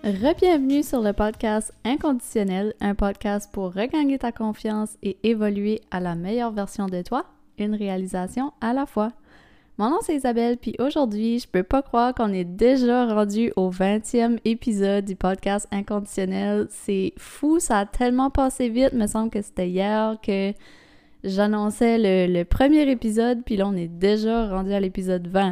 Rebienvenue sur le podcast Inconditionnel, un podcast pour regagner ta confiance et évoluer à la meilleure version de toi, une réalisation à la fois. Mon nom c'est Isabelle, puis aujourd'hui, je peux pas croire qu'on est déjà rendu au 20e épisode du podcast Inconditionnel. C'est fou, ça a tellement passé vite, me semble que c'était hier que j'annonçais le premier épisode, puis là on est déjà rendu à l'épisode 20.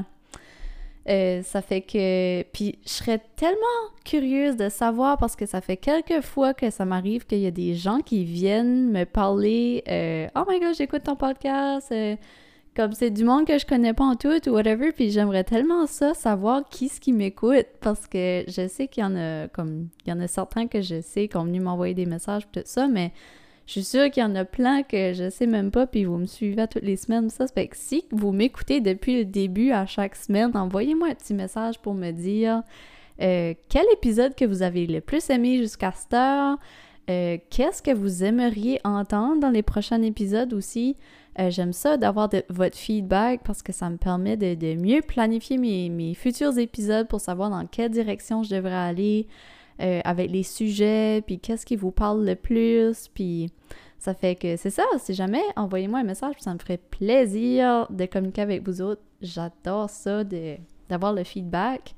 Ça fait que... Puis je serais tellement curieuse de savoir parce que ça fait quelques fois que ça m'arrive qu'il y a des gens qui viennent me parler « Oh my God, j'écoute ton podcast! Comme c'est du monde que je connais pas en tout ou whatever, puis j'aimerais tellement ça, savoir qui ce qui m'écoute parce que je sais qu'il y en a comme... Il y en a certains que je sais qui ont venu m'envoyer des messages pis tout ça, mais... Je suis sûre qu'il y en a plein que je sais même pas, puis vous me suivez à toutes les semaines. Ça fait que si vous m'écoutez depuis le début à chaque semaine, envoyez-moi un petit message pour me dire quel épisode que vous avez le plus aimé jusqu'à cette heure, qu'est-ce que vous aimeriez entendre dans les prochains épisodes aussi. J'aime ça d'avoir votre feedback parce que ça me permet de mieux planifier mes futurs épisodes pour savoir dans quelle direction je devrais aller. Avec les sujets, puis qu'est-ce qui vous parle le plus, puis ça fait que c'est ça, si jamais, envoyez-moi un message, puis ça me ferait plaisir de communiquer avec vous autres. J'adore ça, d'avoir le feedback.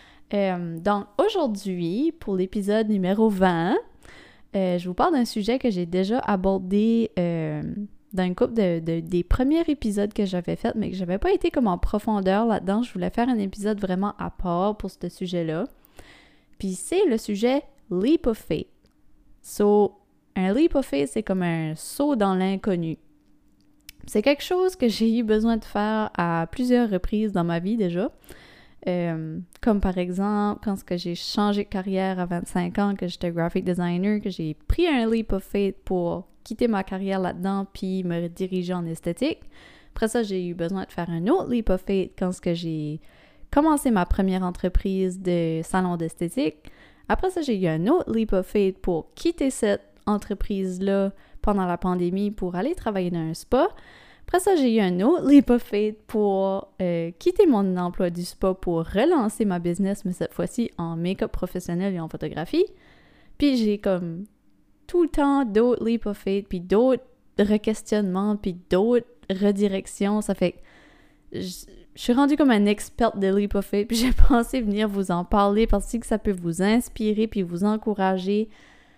Donc, aujourd'hui, pour l'épisode numéro 20, je vous parle d'un sujet que j'ai déjà abordé dans une couple des premiers épisodes que j'avais fait, mais que j'avais pas été comme en profondeur là-dedans. Je voulais faire un épisode vraiment à part pour ce sujet-là. Puis c'est le sujet leap of faith. So, un leap of faith, c'est comme un saut dans l'inconnu. C'est quelque chose que j'ai eu besoin de faire à plusieurs reprises dans ma vie déjà. Comme par exemple, quand j'ai changé de carrière à 25 ans, que j'étais graphic designer, que j'ai pris un leap of faith pour quitter ma carrière là-dedans puis me diriger en esthétique. Après ça, j'ai eu besoin de faire un autre leap of faith quand j'ai commencé ma première entreprise de salon d'esthétique. Après ça, j'ai eu un autre leap of faith pour quitter cette entreprise-là pendant la pandémie pour aller travailler dans un spa. Après ça, j'ai eu un autre leap of faith pour quitter mon emploi du spa pour relancer ma business, mais cette fois-ci en make-up professionnel et en photographie. Puis j'ai comme tout le temps d'autres leap of faith, puis d'autres re-questionnements, puis d'autres redirections. Ça fait que je suis rendue comme un expert de leap of faith, puis j'ai pensé venir vous en parler parce que ça peut vous inspirer puis vous encourager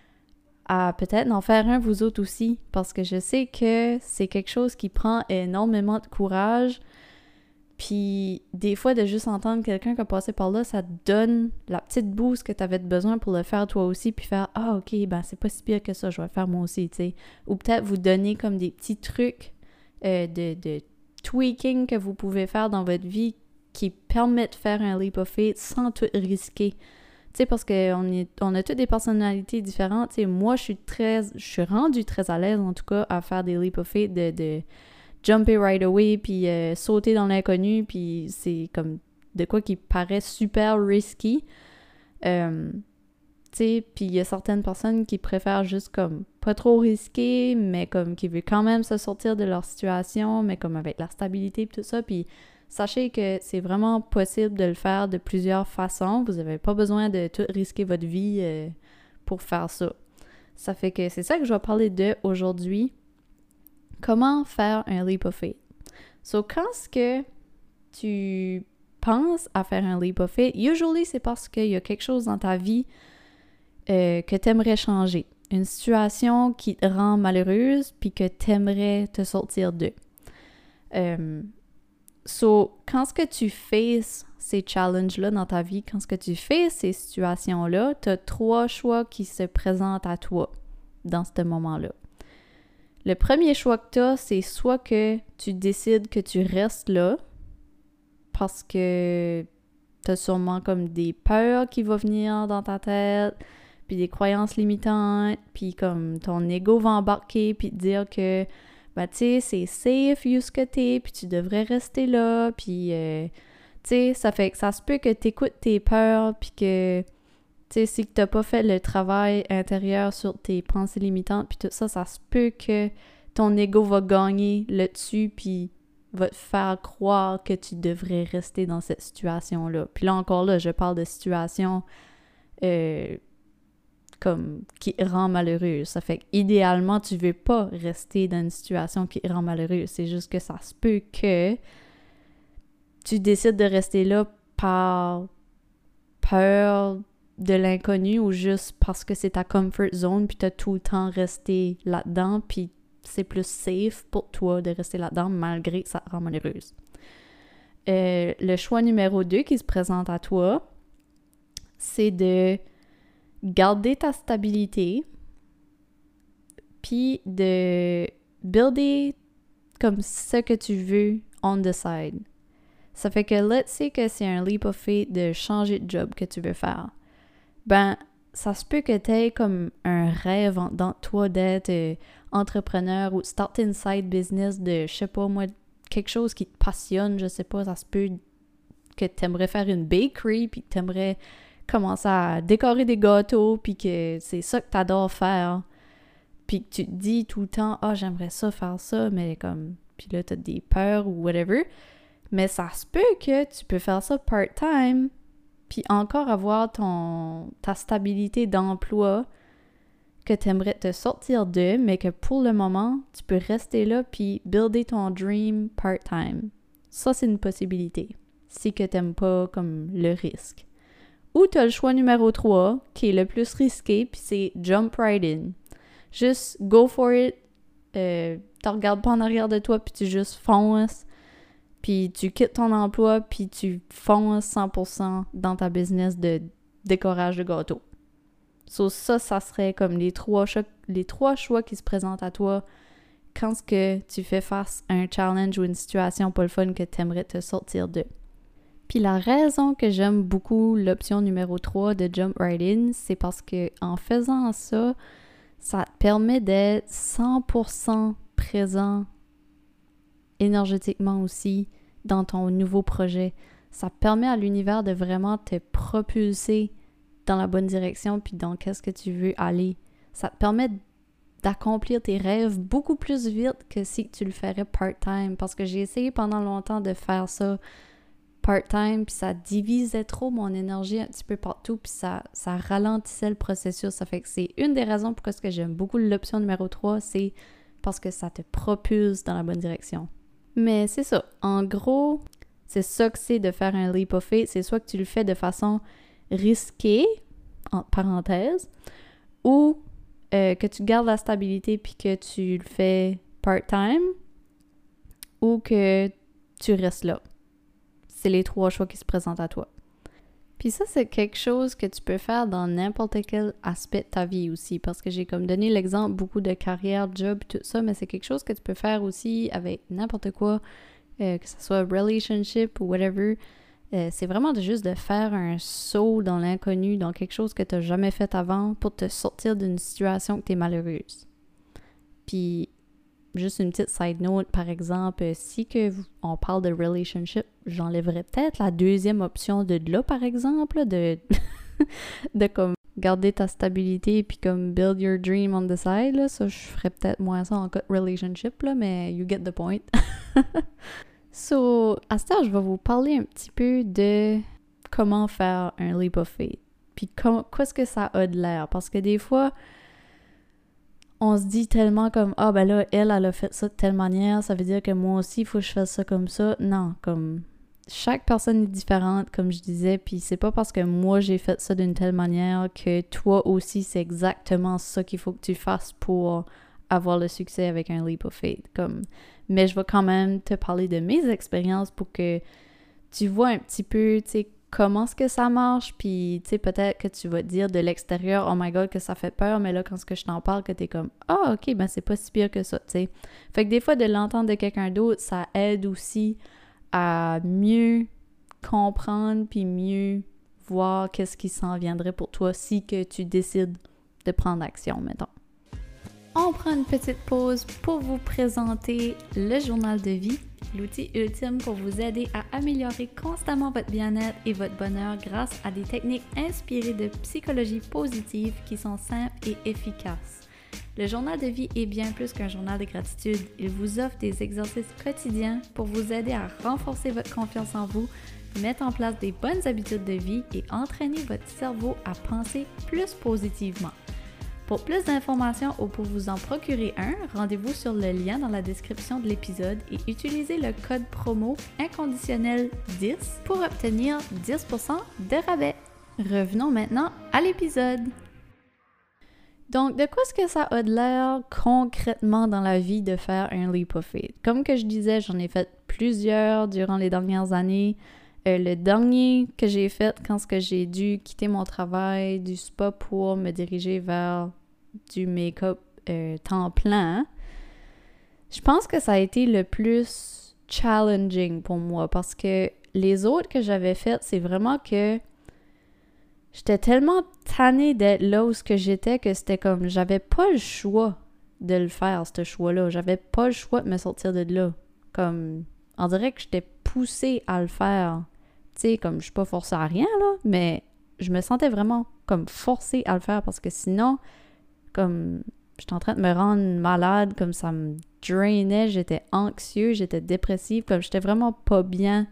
à peut-être en faire un vous autres aussi, parce que je sais que c'est quelque chose qui prend énormément de courage, puis des fois de juste entendre quelqu'un qui a passé par là, ça te donne la petite boost que tu avais besoin pour le faire toi aussi, puis faire « Ah, ok, ben c'est pas si pire que ça, je vais le faire moi aussi », tu sais. Ou peut-être vous donner comme des petits trucs de tweaking que vous pouvez faire dans votre vie qui permet de faire un leap of faith sans tout risquer. Tu sais, parce qu'on a toutes des personnalités différentes. Tu sais, moi, je suis rendue très à l'aise, en tout cas, à faire des leap of faith, de jumper right away, puis sauter dans l'inconnu, puis c'est comme de quoi qui paraît super risky. Tu sais, puis il y a certaines personnes qui préfèrent juste comme pas trop risquer, mais comme qui veulent quand même se sortir de leur situation, mais comme avec la stabilité et tout ça. Puis sachez que c'est vraiment possible de le faire de plusieurs façons. Vous n'avez pas besoin de tout risquer votre vie pour faire ça. Ça fait que c'est ça que je vais parler de aujourd'hui. Comment faire un leap of faith? So, quand est-ce que tu penses à faire un leap of faith, usually c'est parce qu'il y a quelque chose dans ta vie que tu aimerais changer. Une situation qui te rend malheureuse puis que tu aimerais te sortir d'eux. So, quand ce que tu fais ces challenges-là dans ta vie, quand ce que tu fais ces situations-là, tu as 3 choix qui se présentent à toi dans ce moment-là. Le premier choix que tu as, c'est soit que tu décides que tu restes là parce que tu as sûrement comme des peurs qui vont venir dans ta tête, puis des croyances limitantes, puis comme ton ego va embarquer, puis te dire que, ben, tu sais, c'est safe, où ce que t'es, puis tu devrais rester là, puis, tu sais, ça fait que ça se peut que t'écoutes tes peurs, puis que, tu sais, si t'as pas fait le travail intérieur sur tes pensées limitantes, puis tout ça, ça se peut que ton ego va gagner là-dessus, puis va te faire croire que tu devrais rester dans cette situation-là. Puis là, encore là, je parle de situation comme qui rend malheureuse. Ça fait qu'idéalement, tu veux pas rester dans une situation qui rend malheureuse. C'est juste que ça se peut que tu décides de rester là par peur de l'inconnu ou juste parce que c'est ta comfort zone puis t'as tout le temps resté là-dedans puis c'est plus safe pour toi de rester là-dedans malgré que ça te rend malheureuse. Le choix numéro 2 qui se présente à toi, c'est de garder ta stabilité puis de builder comme ce que tu veux on the side. Ça fait que let's say que c'est un leap of faith de changer de job que tu veux faire. Ben, ça se peut que tu aies comme un rêve dans toi d'être entrepreneur ou start une side business de, je sais pas moi, quelque chose qui te passionne, je sais pas, ça se peut que tu aimerais faire une bakery puis que tu aimerais commencer à décorer des gâteaux puis que c'est ça que tu adores faire. Puis que tu te dis tout le temps, ah, j'aimerais ça faire ça, mais comme, puis là, tu as des peurs ou whatever. Mais ça se peut que tu peux faire ça part-time puis encore avoir ta stabilité d'emploi que tu aimerais te sortir de, mais que pour le moment, tu peux rester là puis builder ton dream part-time. Ça, c'est une possibilité, si que t'aimes pas comme le risque. Ou tu as le choix numéro 3, qui est le plus risqué, puis c'est jump right in. Juste go for it, tu regardes pas en arrière de toi, puis tu juste fonces, puis tu quittes ton emploi, puis tu fonces 100% dans ta business de décorage de gâteaux. So, ça serait comme les trois choix qui se présentent à toi quand ce que tu fais face à un challenge ou une situation pas le fun que tu aimerais te sortir de. Puis la raison que j'aime beaucoup l'option numéro 3 de Jump Right In, c'est parce que en faisant ça, ça te permet d'être 100% présent énergétiquement aussi dans ton nouveau projet. Ça permet à l'univers de vraiment te propulser dans la bonne direction puis dans qu'est-ce que tu veux aller. Ça te permet d'accomplir tes rêves beaucoup plus vite que si tu le ferais part-time parce que j'ai essayé pendant longtemps de faire ça part-time puis ça divisait trop mon énergie un petit peu partout puis ça ralentissait le processus. Ça fait que c'est une des raisons pourquoi est-ce que j'aime beaucoup l'option numéro 3, c'est parce que ça te propulse dans la bonne direction. Mais c'est ça. En gros, c'est ça que c'est de faire un leap of faith. C'est soit que tu le fais de façon risquée, entre parenthèses, ou que tu gardes la stabilité puis que tu le fais part-time, ou que tu restes là. C'est les 3 choix qui se présentent à toi. Puis ça, c'est quelque chose que tu peux faire dans n'importe quel aspect de ta vie aussi, parce que j'ai comme donné l'exemple beaucoup de carrière, job, tout ça, mais c'est quelque chose que tu peux faire aussi avec n'importe quoi, que ce soit relationship ou whatever. C'est vraiment juste de faire un saut dans l'inconnu, dans quelque chose que tu n'as jamais fait avant pour te sortir d'une situation que tu es malheureuse. Puis, juste une petite side note, par exemple, si que on parle de relationship, j'enlèverais peut-être la deuxième option de là, par exemple, de comme garder ta stabilité puis comme build your dream on the side, là. Ça, je ferais peut-être moins ça en cas de relationship, là, mais you get the point. So, à ce temps, je vais vous parler un petit peu de comment faire un leap of faith. Puis qu'est-ce que ça a de l'air. Parce que des fois, on se dit tellement comme « Ah, ben là, elle a fait ça de telle manière, ça veut dire que moi aussi, il faut que je fasse ça comme ça. » Non, comme chaque personne est différente, comme je disais, puis c'est pas parce que moi, j'ai fait ça d'une telle manière que toi aussi, c'est exactement ça qu'il faut que tu fasses pour avoir le succès avec un leap of faith. Mais je vais quand même te parler de mes expériences pour que tu vois un petit peu, tu sais, comment est-ce que ça marche, puis tu sais, peut-être que tu vas te dire de l'extérieur, oh my god, que ça fait peur, mais là, quand je t'en parle, que t'es comme, ah, ok, ben c'est pas si pire que ça, tu sais. Fait que des fois, de l'entendre de quelqu'un d'autre, ça aide aussi à mieux comprendre, puis mieux voir qu'est-ce qui s'en viendrait pour toi si que tu décides de prendre action, mettons. On prend une petite pause pour vous présenter le journal de vie, l'outil ultime pour vous aider à améliorer constamment votre bien-être et votre bonheur grâce à des techniques inspirées de psychologie positive qui sont simples et efficaces. Le journal de vie est bien plus qu'un journal de gratitude. Il vous offre des exercices quotidiens pour vous aider à renforcer votre confiance en vous, mettre en place des bonnes habitudes de vie et entraîner votre cerveau à penser plus positivement. Pour plus d'informations ou pour vous en procurer un, rendez-vous sur le lien dans la description de l'épisode et utilisez le code promo inconditionnel10 pour obtenir 10% de rabais. Revenons maintenant à l'épisode. Donc, de quoi est-ce que ça a de l'air concrètement dans la vie de faire un leap of faith? Comme que je disais, j'en ai fait plusieurs durant les dernières années. Le dernier que j'ai fait quand j'ai dû quitter mon travail du spa pour me diriger vers du make-up temps plein, je pense que ça a été le plus challenging pour moi parce que les autres que j'avais fait, c'est vraiment que j'étais tellement tannée d'être là où j'étais que c'était comme, j'avais pas le choix de le faire, ce choix-là. J'avais pas le choix de me sortir de là. Comme, on dirait que j'étais poussée à le faire. Tu sais, comme je suis pas forcée à rien, là, mais je me sentais vraiment comme forcée à le faire parce que sinon, comme j'étais en train de me rendre malade, comme ça me drainait, j'étais anxieuse, j'étais dépressive, comme j'étais vraiment pas bien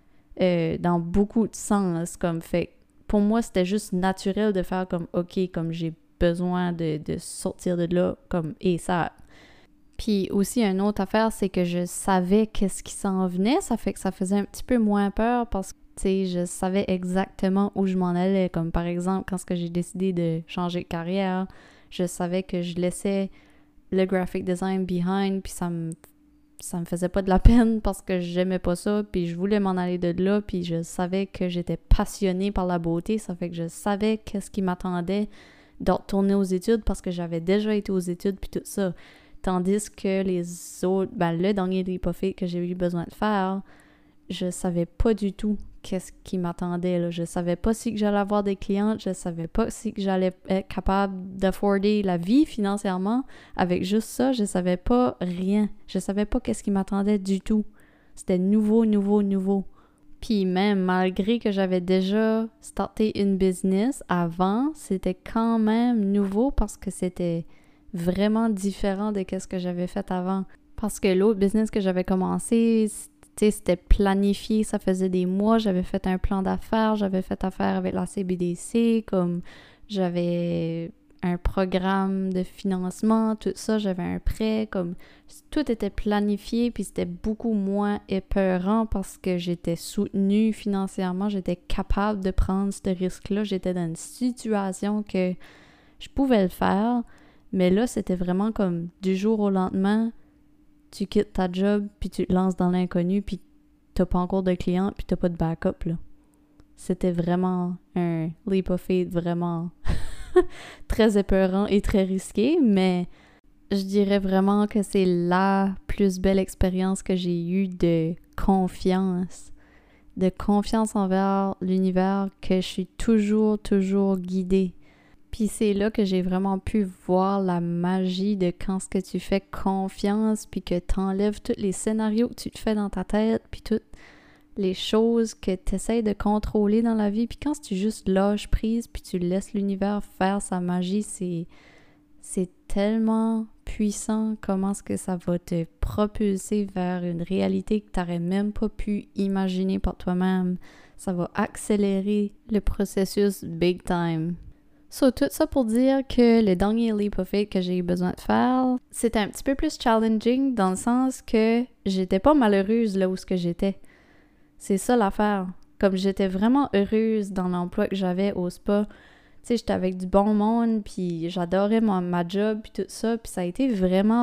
dans beaucoup de sens, comme fait. Pour moi, c'était juste naturel de faire comme, OK, comme j'ai besoin de sortir de là, comme, et ça. Puis aussi, une autre affaire, c'est que je savais qu'est-ce qui s'en venait, ça fait que ça faisait un petit peu moins peur parce que, tu sais, je savais exactement où je m'en allais. Comme par exemple, quand j'ai décidé de changer de carrière, je savais que je laissais le graphic design behind, puis ça me faisait pas de la peine parce que j'aimais pas ça, puis je voulais m'en aller de là, puis je savais que j'étais passionnée par la beauté, ça fait que je savais qu'est-ce qui m'attendait de retourner aux études parce que j'avais déjà été aux études puis tout ça. Tandis que les autres, le dernier leap of faith que j'ai eu besoin de faire, je savais pas du tout qu'est-ce qui m'attendait, là. Je savais pas si que j'allais avoir des clientes, je savais pas si que j'allais être capable d'afforder la vie financièrement. Avec juste ça, je savais pas rien. Je savais pas qu'est-ce qui m'attendait du tout. C'était nouveau. Puis même, malgré que j'avais déjà starté une business avant, c'était quand même nouveau parce que c'était vraiment différent de ce que j'avais fait avant. Parce que l'autre business que j'avais commencé, c'était planifié, ça faisait des mois, j'avais fait un plan d'affaires, j'avais fait affaire avec la CBDC, comme j'avais un programme de financement, tout ça, j'avais un prêt, comme tout était planifié, puis c'était beaucoup moins épeurant parce que j'étais soutenue financièrement, j'étais capable de prendre ce risque-là, j'étais dans une situation que je pouvais le faire, mais là, c'était vraiment comme du jour au lendemain, tu quittes ta job, puis tu te lances dans l'inconnu, puis t'as pas encore de clients, puis t'as pas de backup, là. C'était vraiment un leap of faith vraiment très épeurant et très risqué, mais je dirais vraiment que c'est la plus belle expérience que j'ai eue de confiance envers l'univers, que je suis toujours guidée. Puis c'est là que j'ai vraiment pu voir la magie de quand ce que tu fais confiance, puis que t'enlèves tous les scénarios que tu te fais dans ta tête, puis toutes les choses que tu essaies de contrôler dans la vie. Puis quand tu juste lâches prise, puis tu laisses l'univers faire sa magie, c'est tellement puissant comment est-ce que ça va te propulser vers une réalité que tu n'aurais même pas pu imaginer par toi-même. Ça va accélérer le processus big time. So, tout ça pour dire que le dernier leap of faith que j'ai eu besoin de faire, c'était un petit peu plus challenging dans le sens que j'étais pas malheureuse là où j'étais. C'est ça l'affaire. Comme j'étais vraiment heureuse dans l'emploi que j'avais au spa, tu sais, j'étais avec du bon monde, puis j'adorais ma job, puis tout ça, puis ça a été vraiment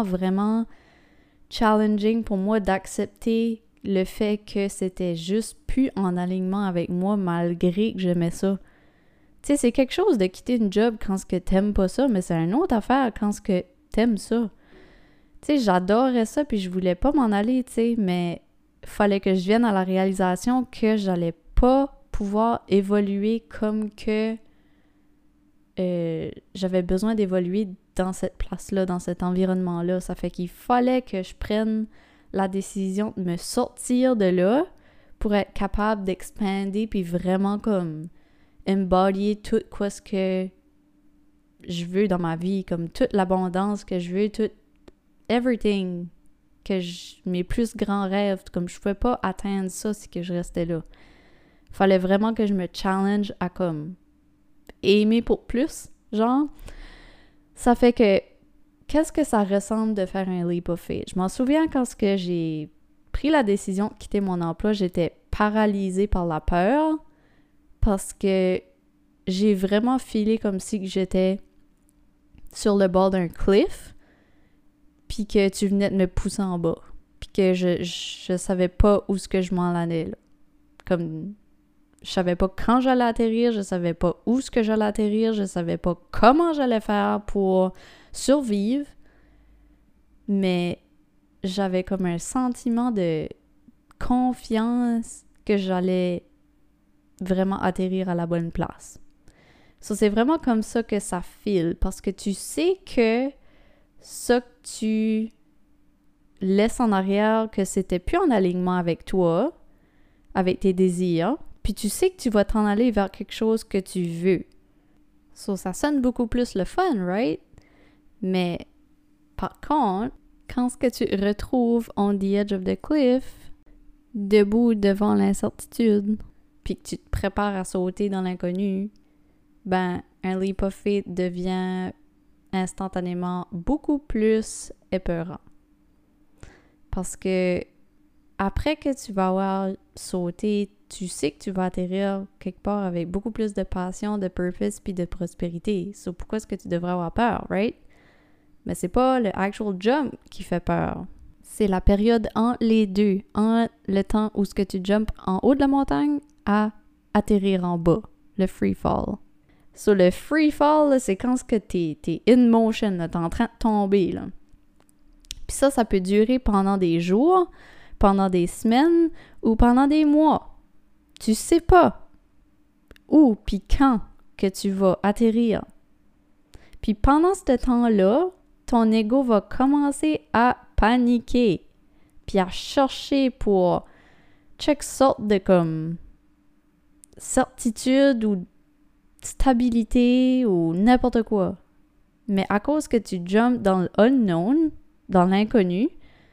challenging pour moi d'accepter le fait que c'était juste plus en alignement avec moi malgré que j'aimais ça. Tu sais, c'est quelque chose de quitter une job quand ce que t'aimes pas ça, mais c'est une autre affaire quand ce que t'aimes ça. Tu sais, j'adorais ça, puis je voulais pas m'en aller, tu sais, mais fallait que je vienne à la réalisation que j'allais pas pouvoir évoluer comme que j'avais besoin d'évoluer dans cette place-là, dans cet environnement-là. Ça fait qu'il fallait que je prenne la décision de me sortir de là pour être capable d'expander, puis vraiment comme embodier tout quoi ce que je veux dans ma vie, comme toute l'abondance que je veux, tout everything, mes plus grands rêves, comme je pouvais pas atteindre ça si que je restais là. Fallait vraiment que je me challenge à comme aimer pour plus, genre. Ça fait que, qu'est-ce que ça ressemble de faire un leap of faith? Je m'en souviens quand j'ai pris la décision de quitter mon emploi, j'étais paralysée par la peur parce que j'ai vraiment filé comme si j'étais sur le bord d'un cliff puis que tu venais de me pousser en bas puis que je savais pas où ce que je m'en allais, là. Comme, je savais pas quand j'allais atterrir, je savais pas où ce que j'allais atterrir, je savais pas comment j'allais faire pour survivre, mais j'avais comme un sentiment de confiance que j'allais vraiment atterrir à la bonne place. So, c'est vraiment comme ça que ça file, parce que tu sais que ça que tu laisses en arrière, que c'était plus en alignement avec toi, avec tes désirs, puis tu sais que tu vas t'en aller vers quelque chose que tu veux. So, ça sonne beaucoup plus le fun, right? Mais par contre, quand ce que tu retrouves on the edge of the cliff, debout devant l'incertitude, puis que tu te prépares à sauter dans l'inconnu, ben, un leap of faith devient instantanément beaucoup plus épeurant. Parce que après que tu vas avoir sauté, tu sais que tu vas atterrir quelque part avec beaucoup plus de passion, de purpose puis de prospérité. So, pourquoi est-ce que tu devrais avoir peur, right? Mais c'est pas le actual jump qui fait peur. C'est la période entre les deux, entre le temps où ce que tu jumps en haut de la montagne à atterrir en bas, le free fall. So, le free fall, là, c'est quand t'es in motion, là, t'es en train de tomber, là. Puis ça peut durer pendant des jours, pendant des semaines ou pendant des mois. Tu sais pas où puis quand que tu vas atterrir. Puis pendant ce temps-là, ton ego va commencer à paniquer puis à chercher pour chaque sorte de comme certitude ou stabilité ou n'importe quoi. Mais à cause que tu jumps dans le unknown, dans l'inconnu,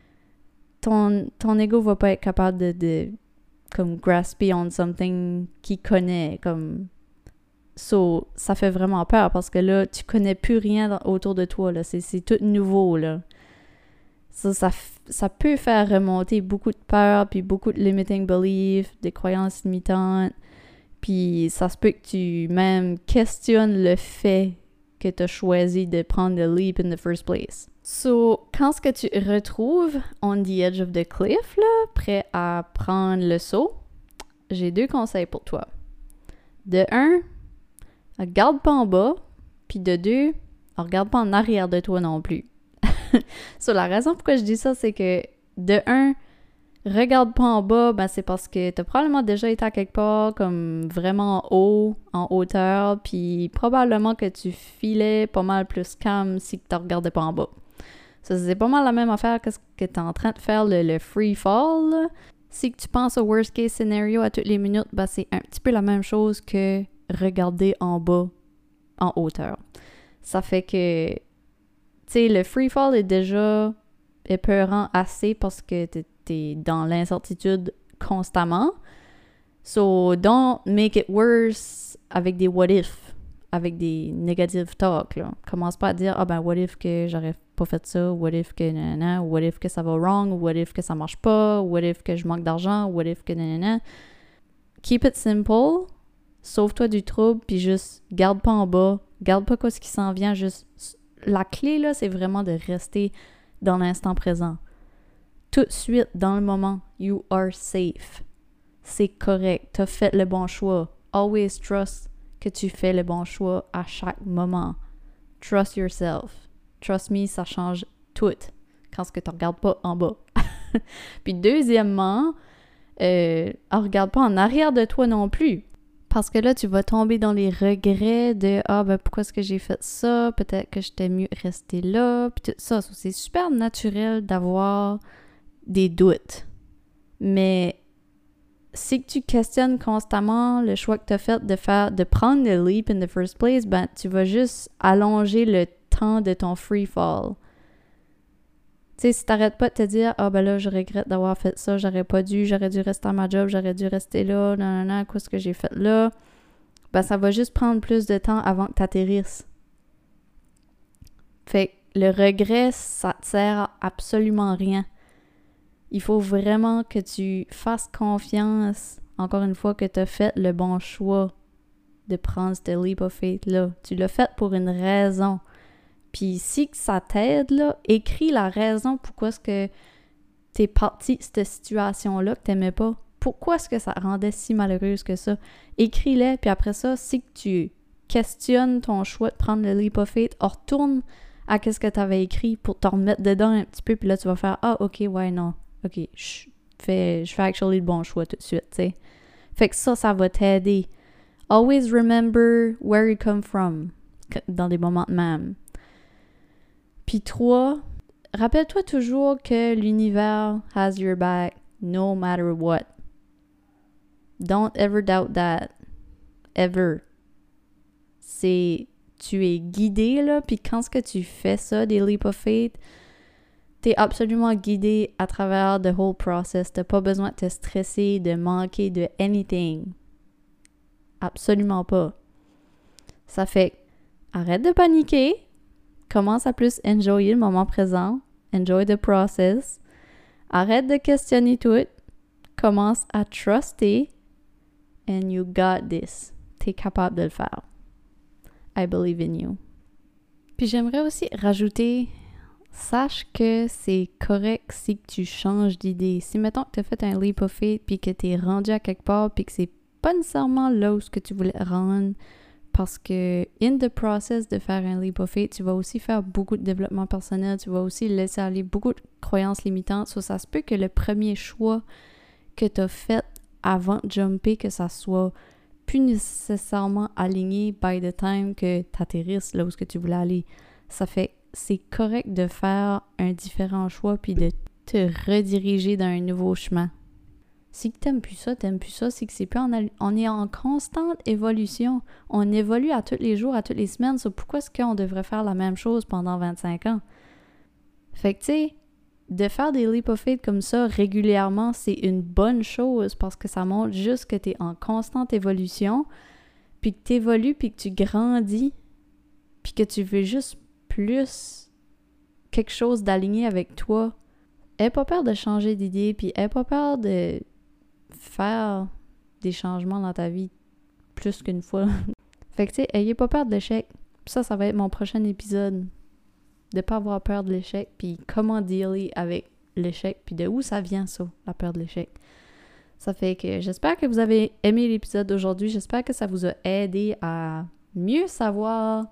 ton ego va pas être capable de comme grasper on something qu'il connaît, comme so, ça fait vraiment peur parce que là, tu connais plus rien autour de toi, là, c'est tout nouveau, là. Ça peut faire remonter beaucoup de peur, puis beaucoup de limiting beliefs, des croyances limitantes, puis ça se peut que tu même questionnes le fait que tu as choisi de prendre le leap in the first place. So, quand ce que tu retrouves on the edge of the cliff, là, prêt à prendre le saut, j'ai 2 conseils pour toi. De 1, regarde pas en bas, puis de 2, regarde pas en arrière de toi non plus. So, la raison pourquoi je dis ça, c'est que de 1, regarde pas en bas, ben c'est parce que t'as probablement déjà été à quelque part comme vraiment haut, en hauteur, puis probablement que tu filais pas mal plus calme si tu regardais pas en bas. Ça, c'est pas mal la même affaire que ce que t'es en train de faire le free fall, là. Si tu penses au worst case scenario à toutes les minutes, ben c'est un petit peu la même chose que regarder en bas, en hauteur. Ça fait que, tu sais, le free fall est déjà épeurant assez parce que t'es dans l'incertitude constamment. So, don't make it worse avec des what if, avec des negative talk, là. Commence pas à dire, ah ben, what if que j'aurais pas fait ça, what if que nanana, what if que ça va wrong, what if que ça marche pas, what if que je manque d'argent, what if que nanana. Keep it simple, sauve-toi du trouble, puis juste garde pas en bas, garde pas quoi ce qui s'en vient, juste... La clé, là, c'est vraiment de rester dans l'instant présent. Tout de suite, dans le moment, you are safe. C'est correct, t'as fait le bon choix. Always trust que tu fais le bon choix à chaque moment. Trust yourself. Trust me, ça change tout quand ce que tu regardes pas en bas. Puis deuxièmement, regarde pas en arrière de toi non plus. Parce que là, tu vas tomber dans les regrets de « Ah, ben pourquoi est-ce que j'ai fait ça? Peut-être que j'étais mieux rester là. » Puis tout ça, c'est super naturel d'avoir des doutes. Mais si tu questionnes constamment le choix que tu as fait de prendre le leap in the first place, ben tu vas juste allonger le temps de ton free fall. Tu sais, si t'arrêtes pas de te dire « Ah, ben là, je regrette d'avoir fait ça, j'aurais pas dû, j'aurais dû rester à ma job, j'aurais dû rester là, nanana, qu'est-ce que j'ai fait là? » Ben, ça va juste prendre plus de temps avant que t'atterrisses. Fait que le regret, ça te sert à absolument rien. Il faut vraiment que tu fasses confiance, encore une fois, que tu as fait le bon choix de prendre ce leap of faith-là. Tu l'as fait pour une raison. Puis si ça t'aide, là, écris la raison pourquoi est-ce que t'es parti de cette situation-là que t'aimais pas. Pourquoi est-ce que ça rendait si malheureuse que ça? Écris-les, puis après ça, si que tu questionnes ton choix de prendre le leap of faith, retourne à qu'est-ce que tu avais écrit pour te remettre dedans un petit peu, puis là, tu vas faire « Ah, ok, ouais, non. Ok, je fais actually le bon choix tout de suite, tu sais. » Fait que ça va t'aider. Always remember where you come from dans des moments de même. Puis 3, rappelle-toi toujours que l'univers has your back no matter what. Don't ever doubt that. Ever. Tu es guidé, là, puis quand ce que tu fais ça, des leap of faith, t'es absolument guidé à travers the whole process. T'as pas besoin de te stresser, de manquer de anything. Absolument pas. Ça fait, arrête de paniquer, commence à plus enjoyer le moment présent, enjoy the process, arrête de questionner tout, commence à truster, and you got this. T'es capable de le faire. I believe in you. Puis j'aimerais aussi rajouter, sache que c'est correct si tu changes d'idée. Si mettons que tu as fait un leap of faith puis que tu es rendu à quelque part puis que c'est pas nécessairement là où ce que tu voulais rendre, parce que in the process de faire un leap of faith, tu vas aussi faire beaucoup de développement personnel, tu vas aussi laisser aller beaucoup de croyances limitantes. Ça se peut que le premier choix que tu as fait avant de jumper, que ça soit plus nécessairement aligné by the time que tu atterrisses là où ce que tu voulais aller. Ça fait c'est correct de faire un différent choix puis de te rediriger dans un nouveau chemin. Si t'aimes plus ça, c'est que c'est plus on est en constante évolution. On évolue à tous les jours, à toutes les semaines. Pourquoi est-ce qu'on devrait faire la même chose pendant 25 ans? Fait que tu sais, de faire des leap of faith comme ça régulièrement, c'est une bonne chose parce que ça montre juste que t'es en constante évolution, puis que t'évolues, puis que tu grandis, puis que tu veux juste plus quelque chose d'aligné avec toi. Aie pas peur de changer d'idée, puis aie pas peur de faire des changements dans ta vie plus qu'une fois. Fait que tu sais, ayez pas peur de l'échec. Ça va être mon prochain épisode. De pas avoir peur de l'échec, puis comment dealer avec l'échec, puis de où ça vient ça, la peur de l'échec. Ça fait que j'espère que vous avez aimé l'épisode d'aujourd'hui. J'espère que ça vous a aidé à mieux savoir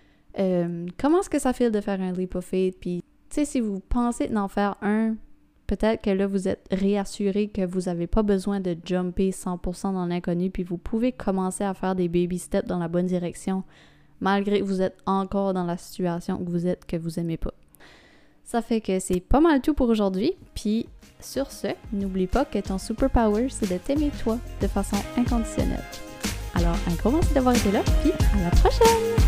comment est-ce que ça fait de faire un leap of faith. Puis, tu sais, si vous pensez d'en faire un, peut-être que là, vous êtes réassuré que vous n'avez pas besoin de jumper 100% dans l'inconnu, puis vous pouvez commencer à faire des baby steps dans la bonne direction, malgré que vous êtes encore dans la situation que vous aimez pas. Ça fait que c'est pas mal tout pour aujourd'hui, puis sur ce, n'oublie pas que ton superpower, c'est de t'aimer toi de façon inconditionnelle. Alors, un gros merci d'avoir été là, puis à la prochaine!